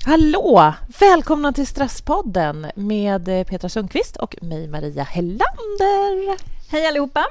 Hallå! Välkomna till Stresspodden med Petra Sundqvist och mig, Maria Hellander. Hej allihopa!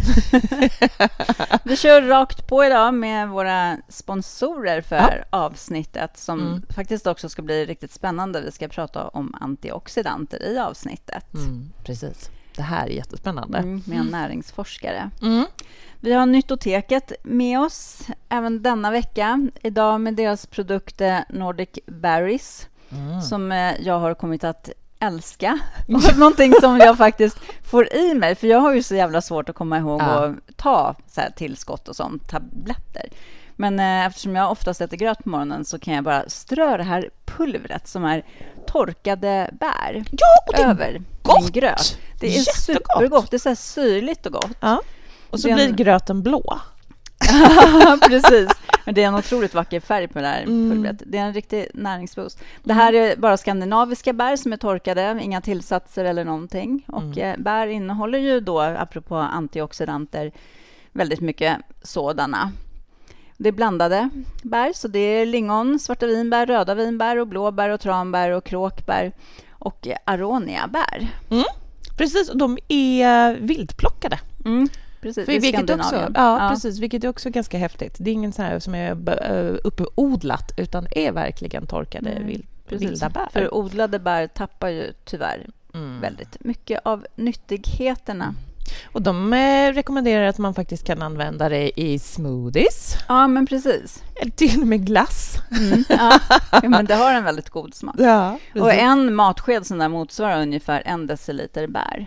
Vi kör rakt på idag med våra sponsorer för avsnittet som faktiskt också ska bli riktigt spännande. Vi ska prata om antioxidanter i avsnittet. Precis. Det här är jättespännande. Med en näringsforskare. Vi har Nyttoteket med oss även denna vecka. Idag med deras produkt Nordic Berries som jag har kommit att älska. Någonting som jag faktiskt får i mig. För jag har ju så jävla svårt att komma ihåg att ta så här tillskott och sånt, tabletter. Men eftersom jag oftast äter gröt på morgonen så kan jag bara strö det här pulvret som är torkade bär över min gröt. Det är supergott. Det är så här syrligt och gott. Ja. Och så blir gröten blå. Precis. Men det är en otroligt vacker färg på det här pulvret. Det är en riktig näringsboost. Det här är bara skandinaviska bär som är torkade. Inga tillsatser eller någonting. Och bär innehåller ju då, apropå antioxidanter, väldigt mycket sådana. Det är blandade bär. Så det är lingon, svarta vinbär, röda vinbär och blåbär och tranbär och kråkbär och aroniabär. Precis, och de är vildplockade. Precis, precis, vilket är också ganska häftigt. Det är ingen sån här som är uppodlat utan det är verkligen torkade vilda bär. För odlade bär tappar ju tyvärr väldigt mycket av nyttigheterna. Och de rekommenderar att man faktiskt kan använda det i smoothies. Ja, men precis. Eller till och med glass. Ja, men det har en väldigt god smak. Ja, och en matsked som där motsvarar ungefär 1 deciliter bär.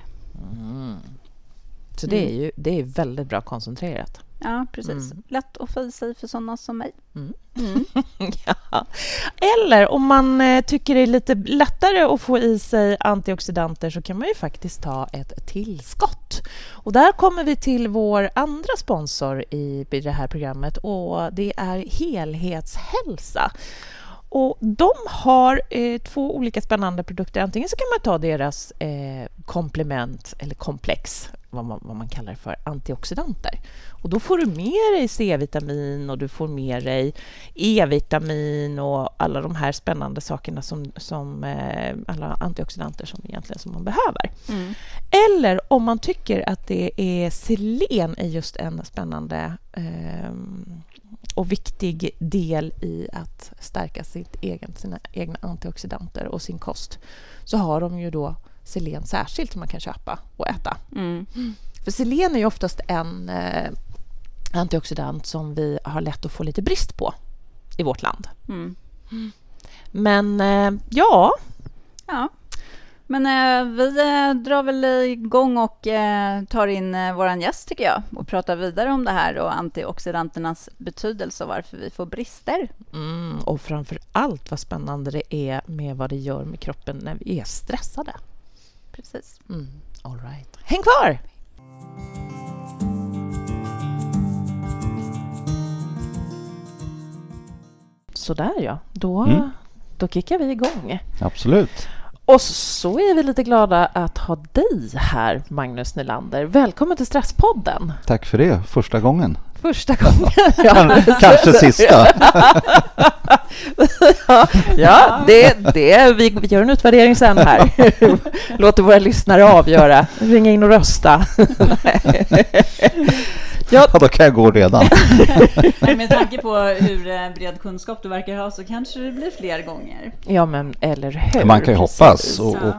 Så det är väldigt bra koncentrerat. Ja, precis. Lätt att få i sig för sådana som mig. Ja. Eller om man tycker det är lite lättare att få i sig antioxidanter så kan man ju faktiskt ta ett tillskott. Och där kommer vi till vår andra sponsor i det här programmet och det är Helhetshälsa. Och de har 2 olika spännande produkter. Antingen så kan man ta deras komplement eller komplex, vad man kallar det för, antioxidanter. Och då får du med dig C-vitamin och du får med dig E-vitamin och alla de här spännande sakerna som alla antioxidanter som man behöver. Eller om man tycker att det är selen är just en spännande och viktig del i att stärka sina egna antioxidanter och sin kost, så har de ju då selen särskilt som man kan köpa och äta. För selen är ju oftast en antioxidant som vi har lätt att få lite brist på i vårt land. Men ja. Men vi drar väl igång och tar in våran gäst tycker jag och pratar vidare om det här och antioxidanternas betydelse och varför vi får brister. Och framför allt vad spännande det är med vad det gör med kroppen när vi är stressade. Precis. All right. Häng kvar! Sådär ja, då kickar vi igång. Absolut. Och så är vi lite glada att ha dig här, Magnus Nylander. Välkommen till Stresspodden. Tack för det, första gången. Första gången, Kanske sista. Vi gör en utvärdering sen här. Låter våra lyssnare avgöra. Ringa in och rösta. Ja, då kan jag gå redan. Men med tanke på hur bred kunskap du verkar ha så kanske det blir fler gånger. Ja, men eller hur? Man kan ju hoppas.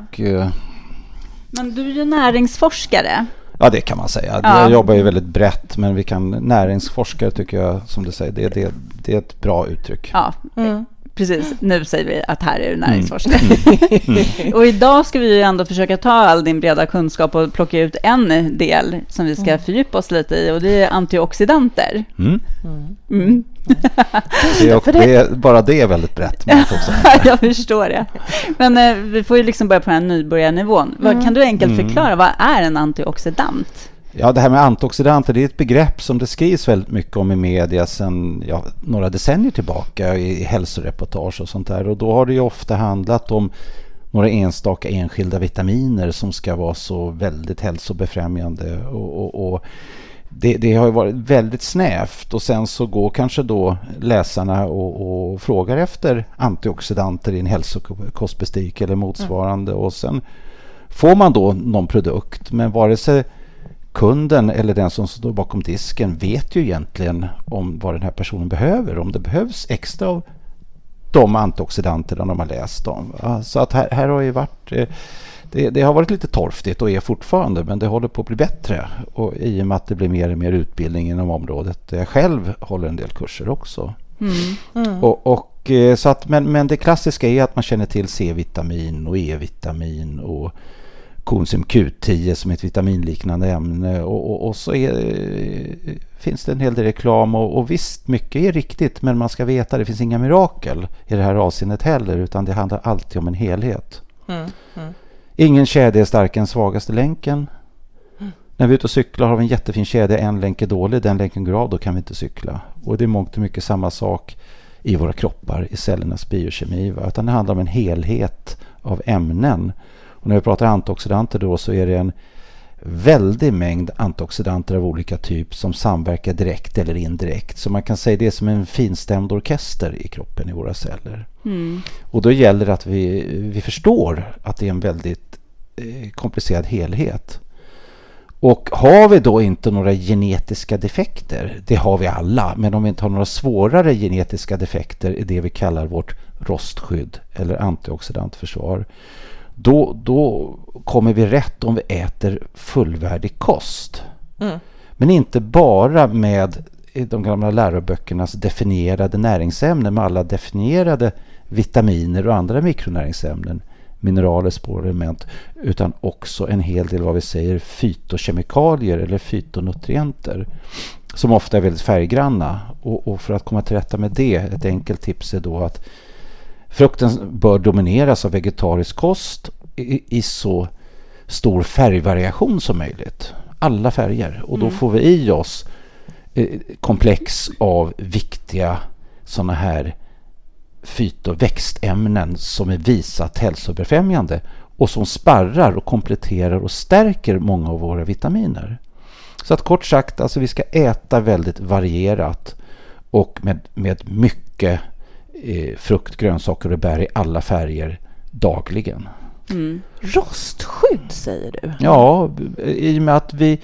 Men du är ju näringsforskare. Ja, det kan man säga. Jag jobbar ju väldigt brett, men näringsforskare tycker jag, som du säger, det är ett bra uttryck. Ja, precis. Nu säger vi att här är du näringsforskare. Och idag ska vi ju ändå försöka ta all din breda kunskap och plocka ut en del som vi ska fördjupa oss lite i, och det är antioxidanter. Bara det är väldigt brett. Jag förstår det. Men vi får ju liksom börja på den här nybörjarnivån. Kan du enkelt förklara, vad är en antioxidant? Ja, det här med antioxidanter, det är ett begrepp som det skrivs väldigt mycket om i media sedan några decennier tillbaka i hälsoreportage och sånt där. Och då har det ju ofta handlat om några enstaka enskilda vitaminer som ska vara så väldigt hälsobefrämjande och det har ju varit väldigt snävt, och sen så går kanske då läsarna och frågar efter antioxidanter i en hälsokostbestik eller motsvarande, och sen får man då någon produkt, men vare sig kunden eller den som står bakom disken vet ju egentligen om vad den här personen behöver, om det behövs extra av de antioxidanterna de har läst om. Så att här har ju varit det har varit lite torftigt och är fortfarande, men det håller på att bli bättre, och i och med att det blir mer och mer utbildning inom området. Jag själv håller en del kurser också. Så att, men det klassiska är att man känner till C-vitamin och E-vitamin och coenzym Q10 som är ett vitaminliknande ämne, och så finns det en hel del reklam, och visst, mycket är riktigt, men man ska veta att det finns inga mirakel i det här avseendet heller, utan det handlar alltid om en helhet. Ingen kedja är starkare än svagaste länken. När vi är ute och cyklar har vi en jättefin kedja, en länk är dålig, den länken går av, då kan vi inte cykla. Och det är mångt och mycket samma sak i våra kroppar, i cellernas biokemi, utan det handlar om en helhet av ämnen. Och när vi pratar antioxidanter då, så är det en väldig mängd antioxidanter av olika typ som samverkar direkt eller indirekt. Så man kan säga det är som en finstämd orkester i kroppen, i våra celler. Och då gäller det att vi förstår att det är en väldigt komplicerad helhet. Och har vi då inte några genetiska defekter, det har vi alla, men om vi inte har några svårare genetiska defekter i det vi kallar vårt rostskydd eller antioxidantförsvar, då kommer vi rätt om vi äter fullvärdig kost. Men inte bara med de gamla läroböckernas definierade näringsämnen med alla definierade vitaminer och andra mikronäringsämnen, mineraler, spår, element, utan också en hel del vad vi säger fytokemikalier eller fytonutrienter som ofta är väldigt färggranna. Och för att komma till rätta med det, ett enkelt tips är då att frukten bör domineras av vegetarisk kost i så stor färgvariation som möjligt. Alla färger. Och då får vi i oss komplex av viktiga sådana här fytoväxtämnen som är visat hälsobefrämjande och som sparrar och kompletterar och stärker många av våra vitaminer. Så att kort sagt, alltså vi ska äta väldigt varierat och med mycket frukt, grönsaker och bär i alla färger dagligen. Rostskydd säger du? Ja, i och med att vi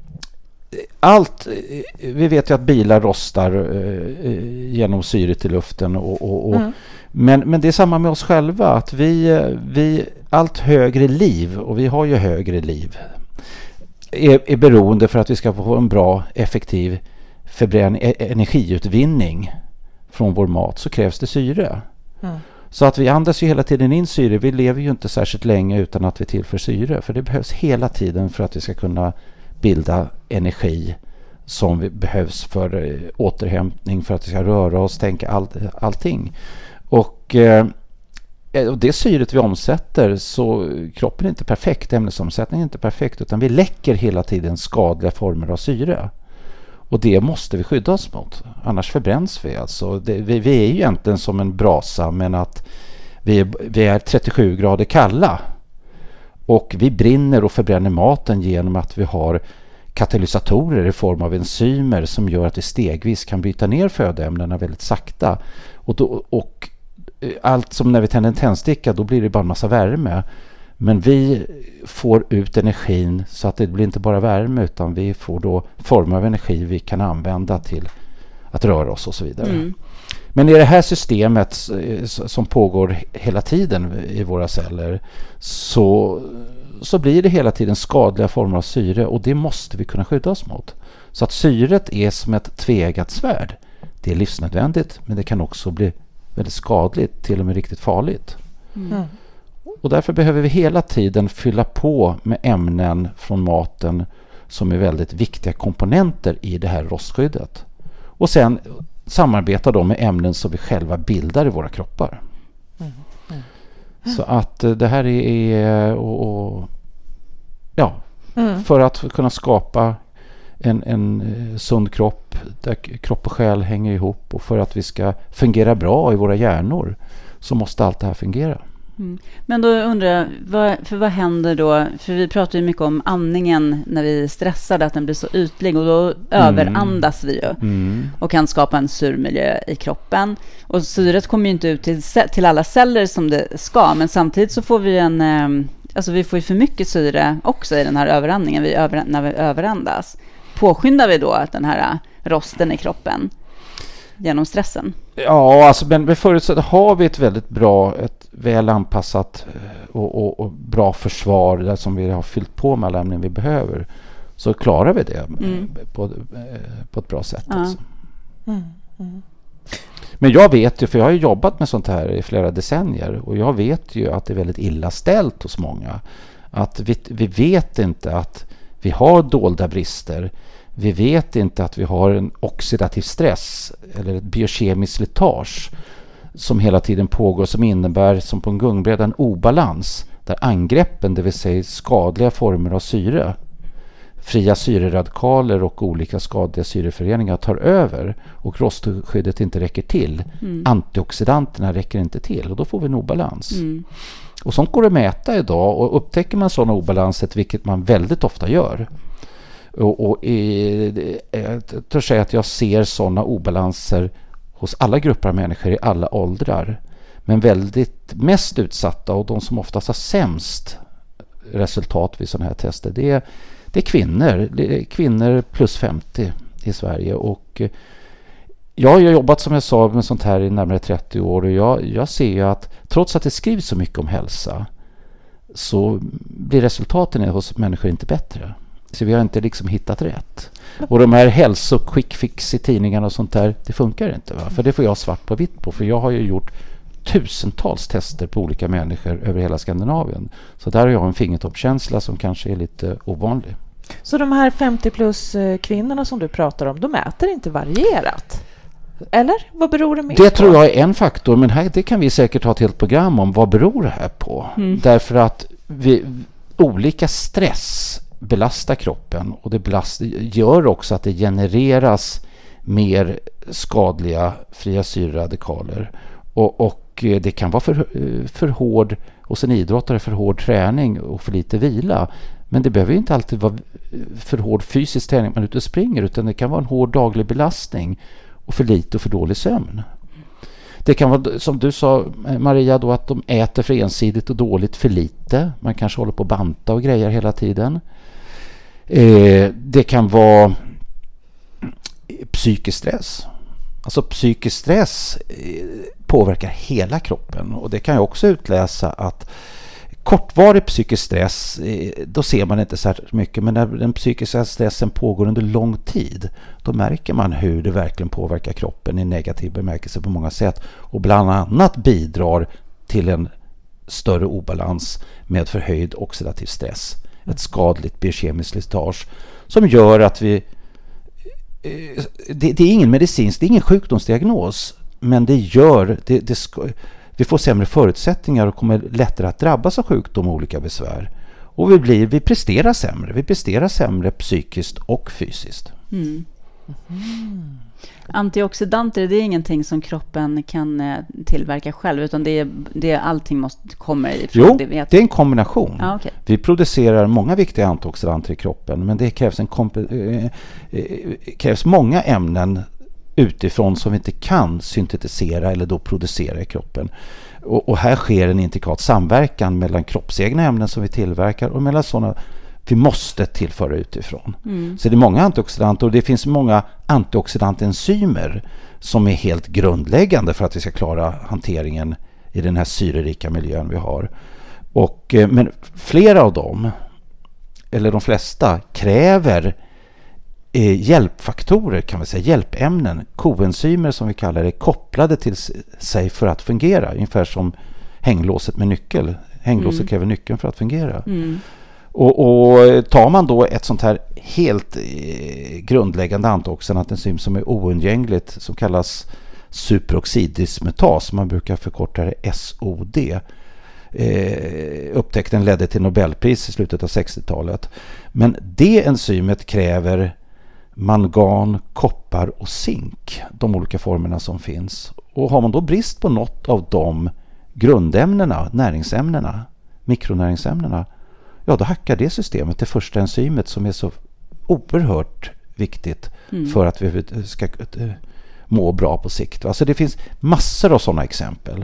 vet ju att bilar rostar genom syret i luften men det är samma med oss själva, att vi allt högre liv, och vi har ju högre liv, är beroende för att vi ska få en bra effektiv energiutvinning från vår mat, så krävs det syre. Så att vi andas ju hela tiden in syre. Vi lever ju inte särskilt länge utan att vi tillför syre, för det behövs hela tiden för att vi ska kunna bilda energi som behövs för återhämtning, för att vi ska röra oss, tänka allting. Och det syret vi omsätter, så kroppen är inte perfekt, ämnesomsättningen är inte perfekt, utan vi läcker hela tiden skadliga former av syre. Och det måste vi skydda oss mot, annars förbränns vi. Alltså, vi är ju egentligen som en brasa, men att vi är 37 grader kalla. Och vi brinner och förbränner maten genom att vi har katalysatorer i form av enzymer som gör att vi stegvis kan bryta ner födoämnena väldigt sakta. Och allt som när vi tänder en tändsticka, då blir det bara en massa värme. Men vi får ut energin så att det blir inte bara värme, utan vi får då former av energi vi kan använda till att röra oss och så vidare. Men i det här systemet som pågår hela tiden i våra celler, så blir det hela tiden skadliga former av syre, och det måste vi kunna skydda oss mot. Så att syret är som ett tveeggat svärd. Det är livsnödvändigt, men det kan också bli väldigt skadligt, till och med riktigt farligt. Och därför behöver vi hela tiden fylla på med ämnen från maten som är väldigt viktiga komponenter i det här rostskyddet. Och sen samarbeta då med ämnen som vi själva bildar i våra kroppar. Så att det här är för att kunna skapa en sund kropp där kropp och själ hänger ihop, och för att vi ska fungera bra i våra hjärnor, så måste allt det här fungera. Men då undrar jag, vad händer då? För vi pratar ju mycket om andningen när vi är stressade, att den blir så ytlig och då överandas vi ju och kan skapa en surmiljö i kroppen. Och syret kommer ju inte ut till alla celler som det ska, men samtidigt så får vi vi får ju för mycket syre också i den här överandningen när vi överandas. Påskyndar vi då att den här rosten i kroppen genom stressen? Ja, alltså, men förutsatt har vi ett väl anpassat och bra försvar där som vi har fyllt på med alla ämnen vi behöver, så klarar vi det på ett bra sätt. Alltså. Men jag vet ju, för jag har ju jobbat med sånt här i flera decennier, och jag vet ju att det är väldigt illa ställt hos många. Att vi vet inte att vi har dolda brister. Vi vet inte att vi har en oxidativ stress eller ett biokemiskt slitage som hela tiden pågår, som innebär, som på en gungbräda, en obalans där angreppen, det vill säga skadliga former av syre, fria syreradikaler och olika skadliga syreföreningar tar över och rostskyddet inte räcker till. Antioxidanterna räcker inte till och då får vi en obalans. Och sånt går att mäta idag, och upptäcker man sådana obalanser, vilket man väldigt ofta gör. Och jag törs säga att jag ser sådana obalanser hos alla grupper av människor i alla åldrar. Men väldigt mest utsatta och de som oftast har sämst resultat vid sådana här tester, det är kvinnor. Det är kvinnor plus 50 i Sverige. Och jag har jobbat, som jag sa, med sånt här i närmare 30 år, och jag ser ju att trots att det skrivs så mycket om hälsa, så blir resultaten hos människor inte bättre. Så vi har inte liksom hittat rätt. Och de här hälso-quick fix i tidningarna och sånt där, det funkar inte. Va? För det får jag svart på vitt på. För jag har ju gjort tusentals tester på olika människor över hela Skandinavien. Så där har jag en fingertoppkänsla som kanske är lite ovanlig. Så de här 50 plus kvinnorna som du pratar om, de äter inte varierat? Eller? Vad beror det med? Det tror jag är en faktor, men det kan vi säkert ha ett helt program om. Vad beror det här på? Därför att olika stress belastar kroppen, och det gör också att det genereras mer skadliga fria syreradikaler. Och det kan vara för hård, hos en idrottare, för hård träning och för lite vila. Men det behöver inte alltid vara för hård fysisk träning man är ute och springer, utan det kan vara en hård daglig belastning och för lite och för dålig sömn. Det kan vara, som du sa, Maria, då, att de äter för ensidigt och dåligt för lite. Man kanske håller på att banta och grejer hela tiden. Det kan vara psykisk stress. Alltså psykisk stress påverkar hela kroppen, och det kan jag också utläsa att kortvarig psykisk stress, då ser man inte särskilt mycket, men när den psykiska stressen pågår under lång tid, då märker man hur det verkligen påverkar kroppen i negativ bemärkelse på många sätt, och bland annat bidrar till en större obalans med förhöjd oxidativ stress, ett skadligt biokemiskt slitage som gör att vi det är ingen medicinsk, det är ingen sjukdomsdiagnos, men det gör vi får sämre förutsättningar och kommer lättare att drabbas av sjukdom och olika besvär. Och vi presterar sämre psykiskt och fysiskt. Antioxidanter, det är ingenting som kroppen kan tillverka själv, utan det är allting kommer ifrån. Jo, det är en kombination. Okay. Vi producerar många viktiga antioxidanter i kroppen, men det krävs många ämnen utifrån som vi inte kan syntetisera eller då producera i kroppen. Och här sker en intrikat samverkan mellan kroppsegna ämnen som vi tillverkar och mellan sådana vi måste tillföra utifrån. Så det är många antioxidanter, och det finns många antioxidantenzymer som är helt grundläggande för att vi ska klara hanteringen i den här syrerika miljön vi har. Men flera av dem, eller de flesta, kräver hjälpfaktorer, kan vi säga, hjälpämnen, koenzymer som vi kallar det, kopplade till sig för att fungera, ungefär som hänglåset med nyckel. Hänglåset kräver nyckeln för att fungera. Och tar man då ett sånt här helt grundläggande antioxidantenzym som är oundgängligt, som kallas superoxidismutas, man brukar förkorta det SOD. Upptäckten ledde till Nobelpris i slutet av 60-talet. Men det enzymet kräver mangan, koppar och zink, de olika formerna som finns. Och har man då brist på något av de grundämnena, näringsämnena, mikronäringsämnena, ja då hackar det systemet, det första enzymet som är så oerhört viktigt för att vi ska må bra på sikt. Alltså det finns massor av sådana exempel.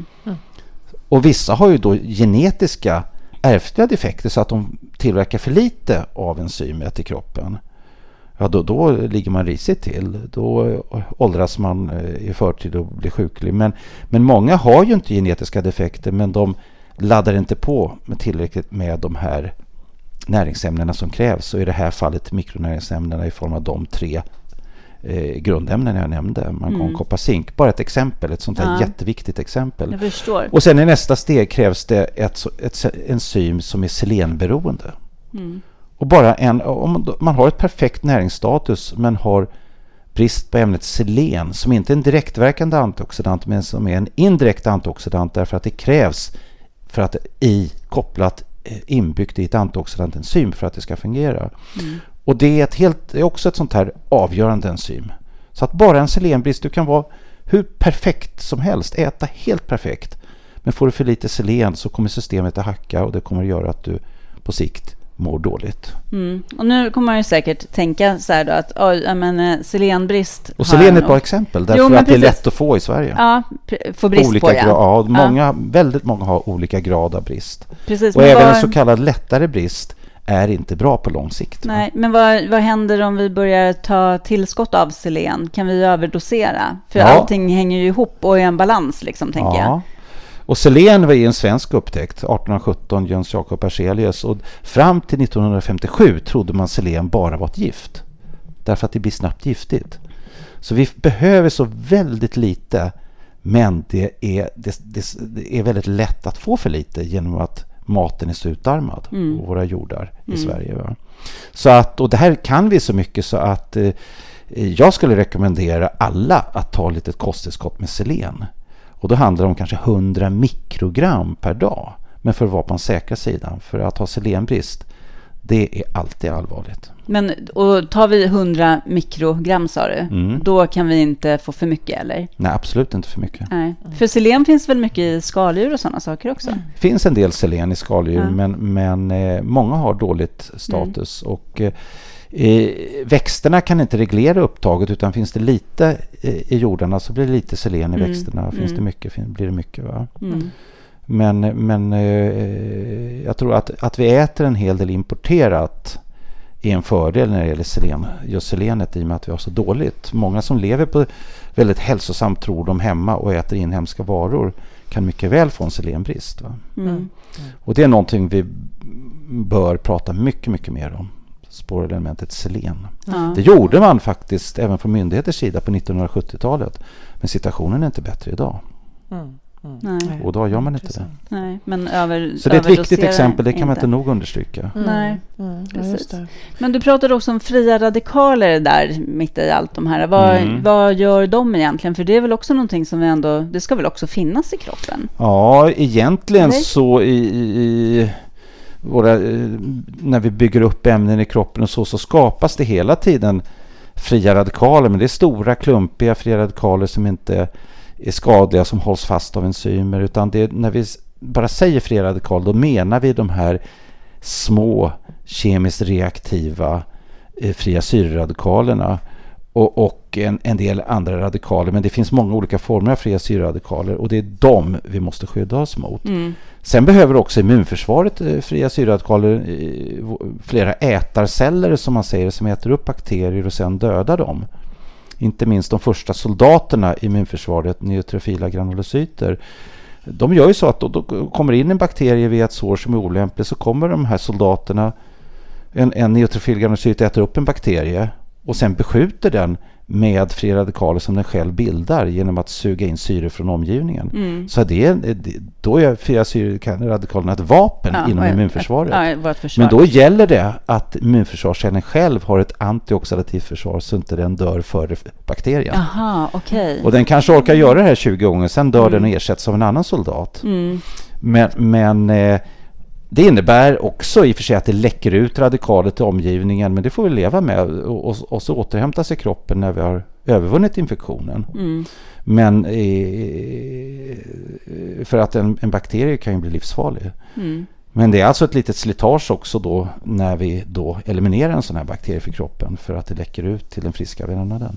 Och vissa har ju då genetiska ärftliga defekter så att de tillverkar för lite av enzymet i kroppen. Ja, då ligger man risigt till. Då åldras man i förtid och blir sjuklig. Men många har ju inte genetiska defekter, men de laddar inte på med tillräckligt med de här näringsämnena som krävs. Och i det här fallet mikronäringsämnena i form av de 3 grundämnen jag nämnde. Mangan, koppar, zink. Bara ett exempel, ett sånt här jätteviktigt exempel. Jag förstår. Och sen i nästa steg krävs det ett enzym som är selenberoende. Och bara om man har ett perfekt näringsstatus men har brist på ämnet selen, som inte är en direktverkande antioxidant men som är en indirekt antioxidant därför att det krävs för att kopplat inbyggt i ett antioxidantenzym för att det ska fungera. Och det är också ett sånt här avgörande enzym. Så att bara en selenbrist, du kan vara hur perfekt som helst, äta helt perfekt. Men får du för lite selen så kommer systemet att hacka och det kommer att göra att du på sikt mår dåligt. Och nu kommer man ju säkert tänka så här då att selenbrist. Och selen är ett bra exempel därför att det är lätt att få i Sverige. Ja, få brist olika på det. Väldigt många har olika grad av brist. Precis, och även en så kallad lättare brist är inte bra på lång sikt. Nej, men vad händer om vi börjar ta tillskott av selen? Kan vi överdosera? För allting hänger ju ihop och är en balans liksom, tänker jag. Och selen var en svensk upptäckt 1817, Jöns Jakob Berzelius, och fram till 1957 trodde man selen bara var ett gift. Därför att det blir snabbt giftigt. Så vi behöver så väldigt lite, men det är väldigt lätt att få för lite genom att maten är så utarmad på våra jordar i Sverige. Va? Så att, och det här kan vi så mycket så att jag skulle rekommendera alla att ta lite kosttillskott med selen. Och då handlar det om kanske 100 mikrogram per dag. Men för att vara på den säkra sidan, för att ha selenbrist, det är alltid allvarligt. Men och tar vi 100 mikrogram sa du, då kan vi inte få för mycket eller? Nej, absolut inte för mycket. Nej. För selen finns väl mycket i skaldjur och sådana saker också? Det finns en del selen i skaldjur, men många har dåligt status och växterna kan inte reglera upptaget, utan finns det lite i jordarna så blir det lite selen i växterna. Finns det mycket blir det mycket. Va? Men jag tror att vi äter en hel del importerat är en fördel när det gäller just selenet, i och med att vi har så dåligt. Många som lever på väldigt hälsosamt tror de hemma och äter inhemska varor kan mycket väl få en selenbrist. Va? Och det är någonting vi bör prata mycket, mycket mer om. Spårelementet selen. Det gjorde man faktiskt även från myndigheters sida på 1970-talet. Men situationen är inte bättre idag. Nej. Och då gör man inte det. Nej, men så det är ett viktigt exempel, det kan man inte nog understryka. Nej, precis. Men du pratade också om fria radikaler där mitt i allt de här. Vad gör de egentligen? För det är väl också någonting som det ska väl också finnas i kroppen? Ja, egentligen så när vi bygger upp ämnen i kroppen och så skapas det hela tiden fria radikaler, men det är stora klumpiga fria radikaler som inte är skadliga, som hålls fast av enzymer, utan det är, när vi bara säger fria radikaler, då menar vi de här små kemiskt reaktiva fria syreradikalerna och en del andra radikaler, men det finns många olika former av fria syreradikaler och det är dem vi måste skydda oss mot. Sen behöver också immunförsvaret fria syreradikaler, flera ätarceller som man säger, som äter upp bakterier och sen dödar dem. Inte minst de första soldaterna i immunförsvaret, neutrofila granulocyter. De gör ju så att då kommer in en bakterie via ett sår som är olämpligt, så kommer de här soldaterna, en neutrofil granulocyt äter upp en bakterie och sen beskjuter den med fria radikaler som den själv bildar genom att suga in syre från omgivningen. Så då är fria syreradikalerna ett vapen inom immunförsvaret. Men då gäller det att immunförsvarscellen själv har ett antioxidativt försvar så inte den dör före bakterien. Aha, okay. Och den kanske orkar göra det här 20 gånger, sen dör den och ersätts av en annan soldat. Men det innebär också i och för sig att det läcker ut radikaler till omgivningen, men det får vi leva med och så återhämta sig kroppen när vi har övervunnit infektionen. Men för att en bakterie kan ju bli livsfarlig. Men det är alltså ett litet slitage också då när vi då eliminerar en sån här bakterie för kroppen, för att det läcker ut till den friska vävnaden.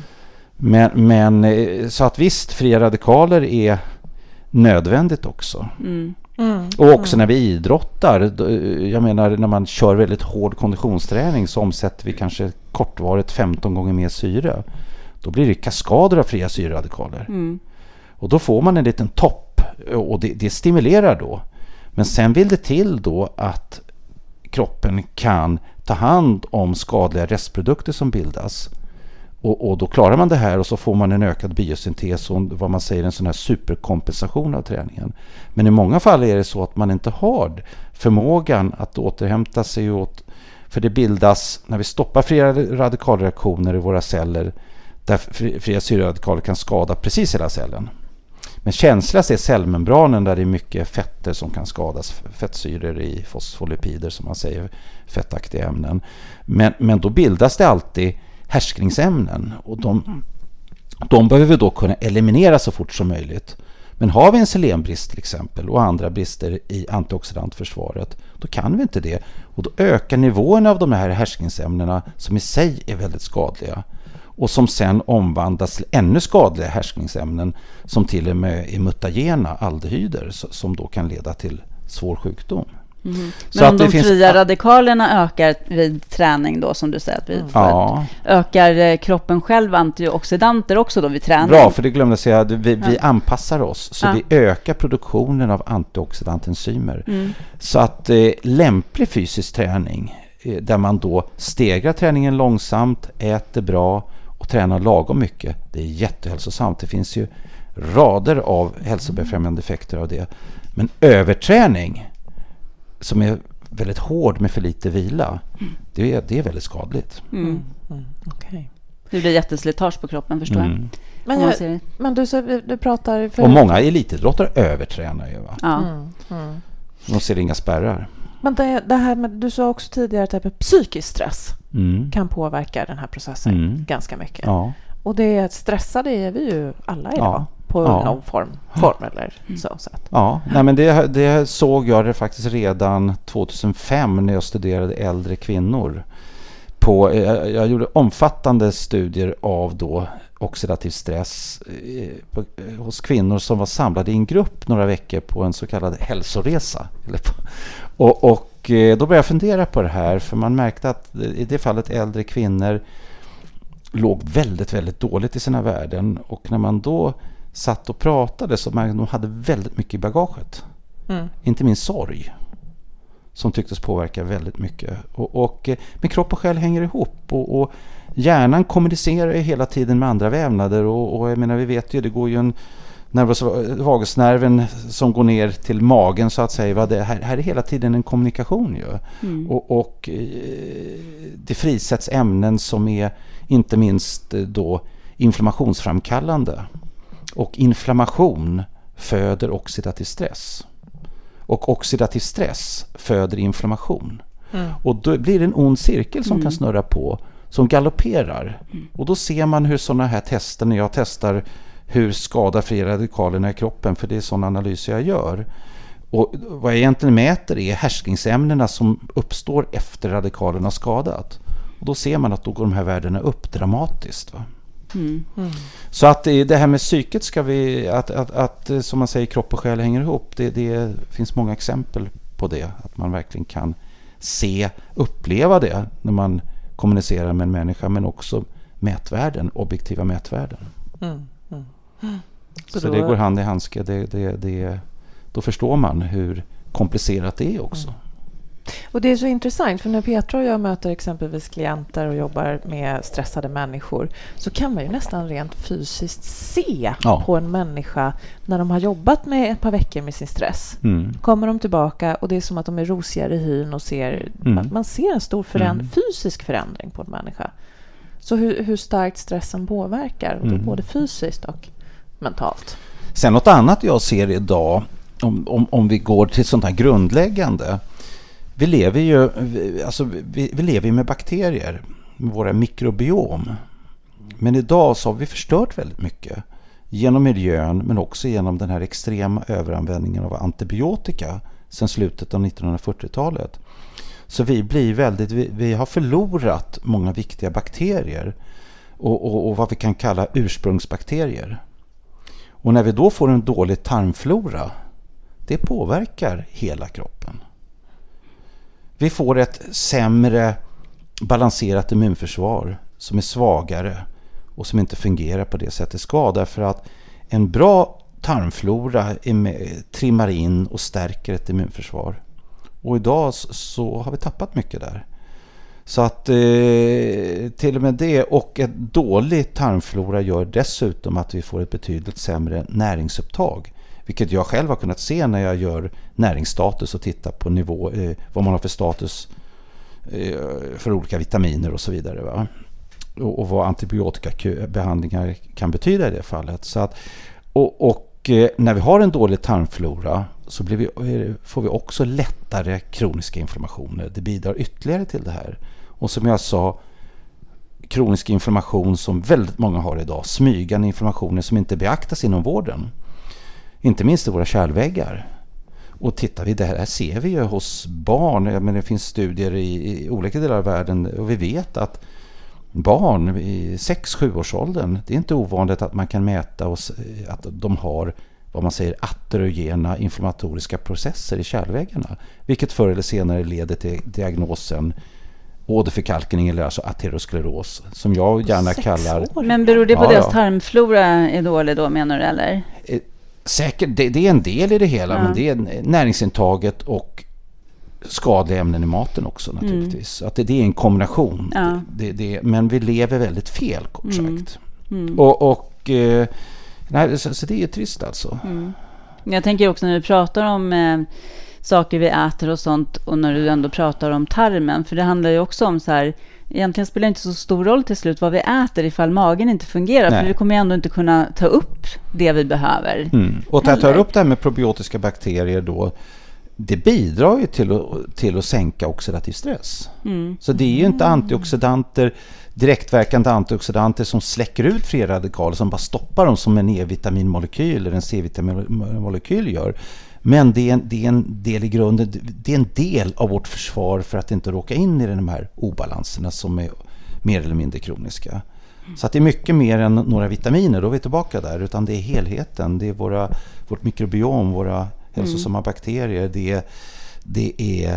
Men så att visst, fria radikaler är nödvändigt också. Och också när vi idrottar, jag menar när man kör väldigt hård konditionsträning så omsätter vi kanske kortvarigt 15 gånger mer syre. Då blir det kaskader av fria syreradikaler. Och då får man en liten topp och det stimulerar då. Men sen vill det till då att kroppen kan ta hand om skadliga restprodukter som bildas. Och då klarar man det här och så får man en ökad biosyntes och vad man säger en sån här superkompensation av träningen. Men i många fall är det så att man inte har förmågan att återhämta sig åt, för det bildas, när vi stoppar fria radikalreaktioner i våra celler där fria syreradikaler kan skada precis hela cellen. Men känsligast är cellmembranen där det är mycket fetter som kan skadas, fettsyror i fosfolipider som man säger, fettaktiga ämnen. Men då bildas det alltid härskningsämnen och de behöver vi då kunna eliminera så fort som möjligt. Men har vi en selenbrist till exempel och andra brister i antioxidantförsvaret, då kan vi inte det. Och då ökar nivån av de här härskningsämnena som i sig är väldigt skadliga. Och som sen omvandlas till ännu skadliga härskningsämnen som till och med är mutagena aldehyder som då kan leda till svår sjukdom. Men om de fria radikalerna ökar vid träning då, som du säger att vi får, ökar kroppen själv antioxidanter också då vid träning? Bra, för det glömde jag säga, vi anpassar oss så vi ökar produktionen av antioxidantenzymer. Så att lämplig fysisk träning där man då stegrar träningen långsamt, äter bra och tränar lagom mycket, det är jättehälsosamt. Det finns ju rader av hälsobefrämjande effekter av det. Men överträning som är väldigt hård med för lite vila, det är väldigt skadligt. Okay. Det blir jätteslitage på kroppen, förstår jag. Men du pratar... Och många elitidrottare övertränar ju, va? De ser inga spärrar. Men det här med, du sa också tidigare att psykisk stress kan påverka den här processen ganska mycket. Ja. Och det stressade är vi ju alla idag på någon form eller så sätt. Ja, nej, men det såg jag det faktiskt redan 2005 när jag studerade äldre kvinnor. Jag gjorde omfattande studier av då oxidativ stress hos kvinnor som var samlade i en grupp några veckor på en så kallad hälsoresa. Och då började jag fundera på det här, för man märkte att i det fallet äldre kvinnor låg väldigt, väldigt dåligt i sina värden. Och när man då satt och pratade så märkte man att de hade väldigt mycket i bagaget. Inte minst sorg som tycktes påverka väldigt mycket. Men kropp och själ hänger ihop och hjärnan kommunicerar ju hela tiden med andra vävnader och jag menar, vi vet ju, det går ju en vagusnerven som går ner till magen så att säga. Det här är hela tiden en kommunikation ju. Och det frisätts ämnen som är inte minst då inflammationsframkallande. Och inflammation föder oxidativ stress. Och oxidativ stress föder inflammation. Och då blir det en ond cirkel som kan snurra på, som galopperar. Och då ser man hur sådana här tester, när jag testar hur skadar fria radikalerna i kroppen, för det är sådana analyser jag gör. Och vad jag egentligen mäter är härskningsämnena som uppstår efter radikalerna skadat. Och då ser man att då går de här värdena upp dramatiskt, va? Så att det här med psyket ska vi, att som man säger, kropp och själ hänger ihop, det finns många exempel på det, att man verkligen kan uppleva det när man kommunicerar med en människa, men också mätvärden, objektiva mätvärden. Så det går hand i handske, då förstår man hur komplicerat det är också. Och det är så intressant, för när Petra och jag möter exempelvis klienter och jobbar med stressade människor, så kan man ju nästan rent fysiskt se på en människa när de har jobbat med ett par veckor med sin stress. Kommer de tillbaka och det är som att de är rosigare i hyn och man ser en stor fysisk förändring på en människa. Så hur starkt stressen påverkar, och då både fysiskt och mentalt. Sen något annat jag ser idag, om vi går till sånt här grundläggande. Vi lever ju med bakterier, med våra mikrobiom. Men idag så har vi förstört väldigt mycket genom miljön, men också genom den här extrema överanvändningen av antibiotika sedan slutet av 1940-talet. Så vi har förlorat många viktiga bakterier och vad vi kan kalla ursprungsbakterier. Och när vi då får en dålig tarmflora, det påverkar hela kroppen. Vi får ett sämre balanserat immunförsvar som är svagare och som inte fungerar på det sättet ska. Därför att en bra tarmflora trimmar in och stärker ett immunförsvar. Och idag så har vi tappat mycket där. Så att till och med det och ett dåligt tarmflora gör dessutom att vi får ett betydligt sämre näringsupptag. Vilket jag själv har kunnat se när jag gör näringsstatus och tittar på nivå, vad man har för status för olika vitaminer och så vidare. Va? Och vad antibiotikabehandlingar kan betyda i det fallet. Så att, och när vi har en dålig tarmflora så får vi också lättare kroniska inflammationer. Det bidrar ytterligare till det här. Och som jag sa, kronisk inflammation som väldigt många har idag, smygande inflammationer som inte beaktas inom vården. Inte minst i våra kärlväggar. Och tittar vi, det här ser vi ju hos barn, men det finns studier i olika delar av världen och vi vet att barn i 6-7-årsåldern, det är inte ovanligt att man kan mäta att de har vad man säger aterogena inflammatoriska processer i kärlväggarna, vilket förr eller senare leder till diagnosen åderförkalkning eller alltså ateroskleros, som jag gärna kallar. Men beror det på deras tarmflora är dålig då, menar du, eller? Säkert, det är en del i det hela, men det är näringsintaget och skadliga ämnen i maten också naturligtvis. Att det är en kombination. Ja. Men vi lever väldigt fel, kort sagt. Nej, så det är trist alltså. Jag tänker också när vi pratar om saker vi äter och sånt, och när du ändå pratar om tarmen, för det handlar ju också om så här, egentligen spelar det inte så stor roll till slut vad vi äter ifall magen inte fungerar. Nej. För vi kommer ju ändå inte kunna ta upp det vi behöver. Och att ta upp det här med probiotiska bakterier då, det bidrar ju till att sänka oxidativ stress. Så det är ju inte antioxidanter, direktverkande antioxidanter som släcker ut fria radikaler, som bara stoppar dem som en E-vitaminmolekyl eller en C-vitaminmolekyl gör. Men det är en del i grunden, det är en del av vårt försvar för att inte råka in i de här obalanserna som är mer eller mindre kroniska. Så att det är mycket mer än några vitaminer, då är vi tillbaka där, utan det är helheten, det är vårt mikrobiom, våra hälsosamma bakterier, det är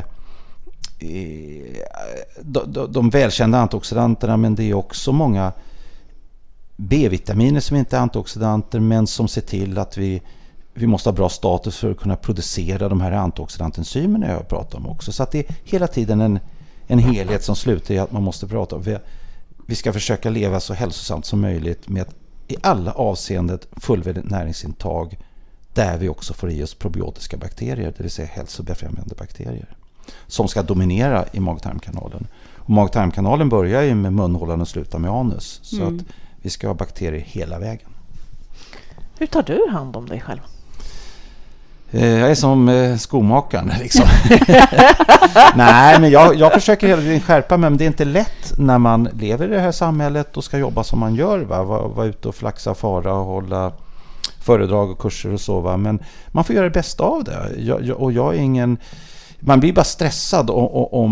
de välkända antioxidanterna, men det är också många B-vitaminer som inte är antioxidanter men som ser till att vi måste ha bra status för att kunna producera de här antioxidantenzymerna jag pratar om också. Så att det är hela tiden en helhet som slutar i att man måste prata om. Vi ska försöka leva så hälsosamt som möjligt med i alla avseenden fullvärdigt näringsintag där vi också får i oss probiotiska bakterier, det vill säga hälsobefrämjande bakterier, som ska dominera i mag-tarmkanalen. Och mag-tarmkanalen börjar ju med munhålan och slutar med anus. Så att vi ska ha bakterier hela vägen. Hur tar du hand om dig själv? Jag är som skomakaren liksom. Nej, men jag försöker hela tiden skärpa mig, men det är inte lätt när man lever i det här samhället och ska jobba som man gör. Vara ute och flaxa, fara och hålla föredrag och kurser och så. Va? Men man får göra det bästa av det. Jag är ingen... Man blir bara stressad om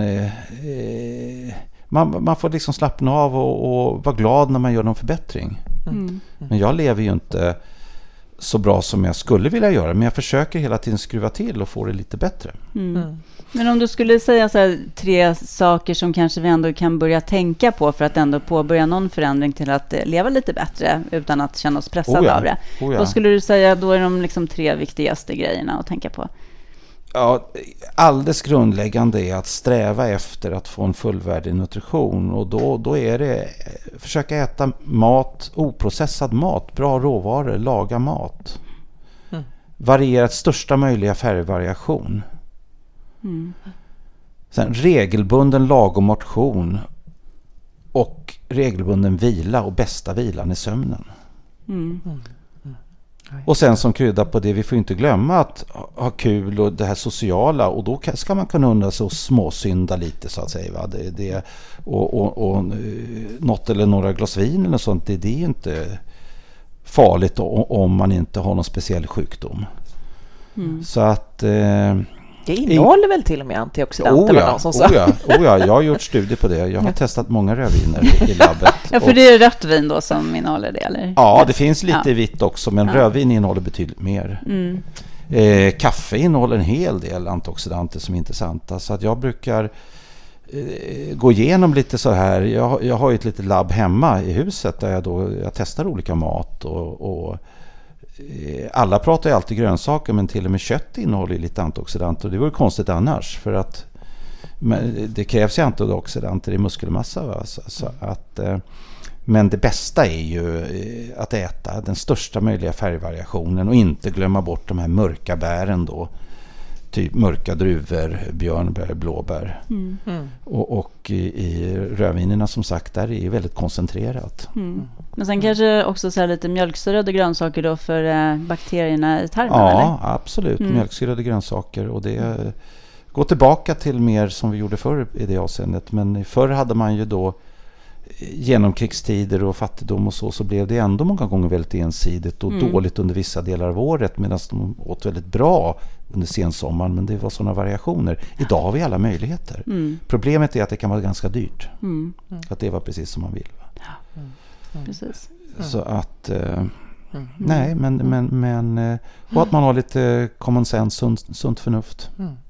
man får liksom slappna av och vara glad när man gör någon förbättring. Men jag lever ju inte så bra som jag skulle vilja göra, men jag försöker hela tiden skruva till och få det lite bättre. Men om du skulle säga så här, 3 saker som kanske vi ändå kan börja tänka på för att ändå påbörja någon förändring till att leva lite bättre utan att känna oss pressade av det. Vad skulle du säga då är de liksom 3 viktigaste grejerna att tänka på? Ja, alldeles grundläggande är att sträva efter att få en fullvärdig nutrition, och då är det försöka äta mat, oprocessad mat, bra råvaror, laga mat. Varierat största möjliga färgvariation. Sen regelbunden lagom motion och regelbunden vila, och bästa vilan i sömnen. Och sen som krydda på det, vi får inte glömma att ha kul och det här sociala, och då ska man kunna undra sig och småsynda lite så att säga. Va? Och något eller några glas vin eller sånt, det är inte farligt om man inte har någon speciell sjukdom. Så att... det innehåller väl till och med antioxidanter? Ja, jag har gjort studier på det. Jag har testat många rödviner i labbet. Ja, för det är rött vin då som innehåller det, eller? Ja, det finns lite vitt också, men rödvin innehåller betydligt mer. Kaffe innehåller en hel del antioxidanter som är intressanta. Så att jag brukar gå igenom lite så här. Jag har ju ett litet labb hemma i huset där jag testar olika mat och alla pratar ju alltid grönsaker, men till och med kött innehåller ju lite antioxidanter, och det vore konstigt annars, för att det krävs ju antioxidanter i muskelmassa. Va? Så att, men det bästa är ju att äta den största möjliga färgvariationen och inte glömma bort de här mörka bären då. Typ mörka druvor, björnbär, blåbär. Och i rödvinerna som sagt, där är det väldigt koncentrerat. Men sen kanske också så här lite mjölksyrade grönsaker då för bakterierna i tarmarna, eller? Ja, absolut. Mjölksyrade grönsaker, och det går tillbaka till mer som vi gjorde förr i det avseendet. Men förr hade man ju då genomkrigstider och fattigdom och så blev det ändå många gånger väldigt ensidigt och dåligt under vissa delar av året, medan de åt väldigt bra under sensommaren, men det var sådana variationer. Idag har vi alla möjligheter. Problemet är att det kan vara ganska dyrt. Att det var precis som man vill. Precis. Så att nej, men och att man har lite common sense, sunt förnuft.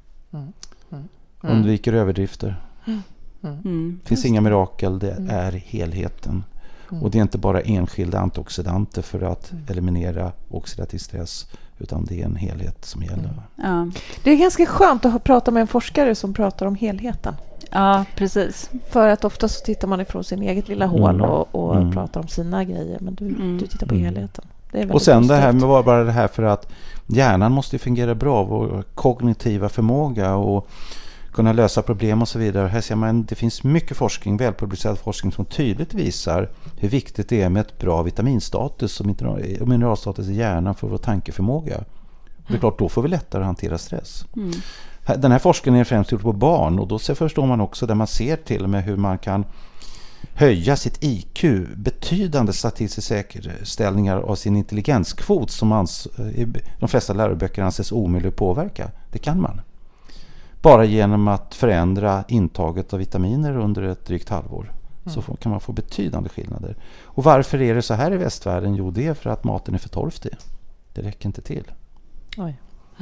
Undviker överdrifter. Finns inga mirakel, det är helheten. Och det är inte bara enskilda antioxidanter för att eliminera oxidativ stress, utan det är en helhet som gäller. Det är ganska skönt att prata med en forskare som pratar om helheten. Ja, precis. För att ofta så tittar man ifrån sin eget lilla hål och pratar om sina grejer, men du tittar på helheten. Det är och sen positivt. det här med bara det här, för att hjärnan måste fungera bra, vår kognitiva förmåga och kunna lösa problem och så vidare. Här ser man, det finns mycket forskning, välpublicerad forskning, som tydligt visar hur viktigt det är med ett bra vitaminstatus och mineralstatus i hjärnan för vår tankeförmåga. Och det är klart, då får vi lättare att hantera stress. Den här forskningen är främst gjord på barn, och då förstår man också, där man ser till och med hur man kan höja sitt IQ, betydande statistiskt säkerställningar av sin intelligenskvot som i de flesta läroböcker anses omöjligt att påverka. Det kan man. Bara genom att förändra intaget av vitaminer under ett drygt halvår. Så kan man få betydande skillnader. Och varför är det så här i västvärlden? Jo, det är för att maten är för torftig. Det räcker inte till. Oj.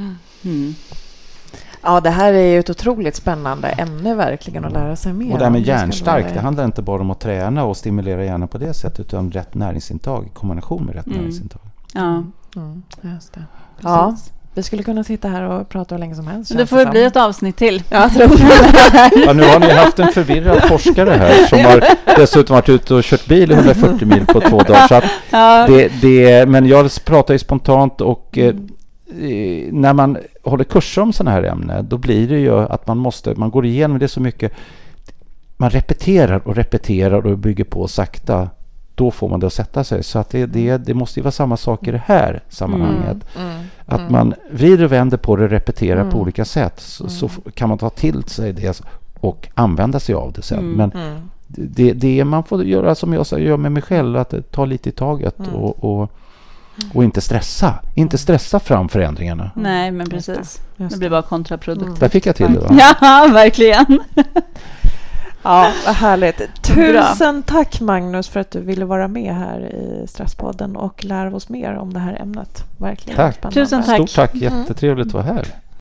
Ja, det här är ju ett otroligt spännande ämne verkligen att lära sig mer. Och det här med hjärnstark, det handlar inte bara om att träna och stimulera hjärnan på det sättet, utan rätt näringsintag i kombination med rätt näringsintag. Just det. Ja, vi skulle kunna sitta här och prata hur länge som helst. Det får ju bli ett avsnitt till. Ja, tror nu har ni haft en förvirrad forskare här som har dessutom varit ute och kört bil 140 mil på 2 dagar. Så att men jag pratar ju spontant, och när man håller kurser om sådana här ämnen, då blir det ju att man går igenom det så mycket. Man repeterar och bygger på sakta. Då får man det att sätta sig. Så att det måste ju vara samma sak i det här sammanhanget. Att man vrider och vänder på det, repeterar på olika sätt. Så kan man ta till sig det och använda sig av det sen. Men det man får göra som jag gör med mig själv, att ta lite i taget och inte stressa. Inte stressa fram förändringarna. Nej, men precis. Det blir bara kontraproduktivt. Där fick jag till det, va? Ja, verkligen. Ja, vad härligt. Tusen tack, Magnus, för att du ville vara med här i Stresspodden och lära oss mer om det här ämnet. Verkligen. Tack. Spännande. Tusen tack. Stort tack. Jättetrevligt att vara här.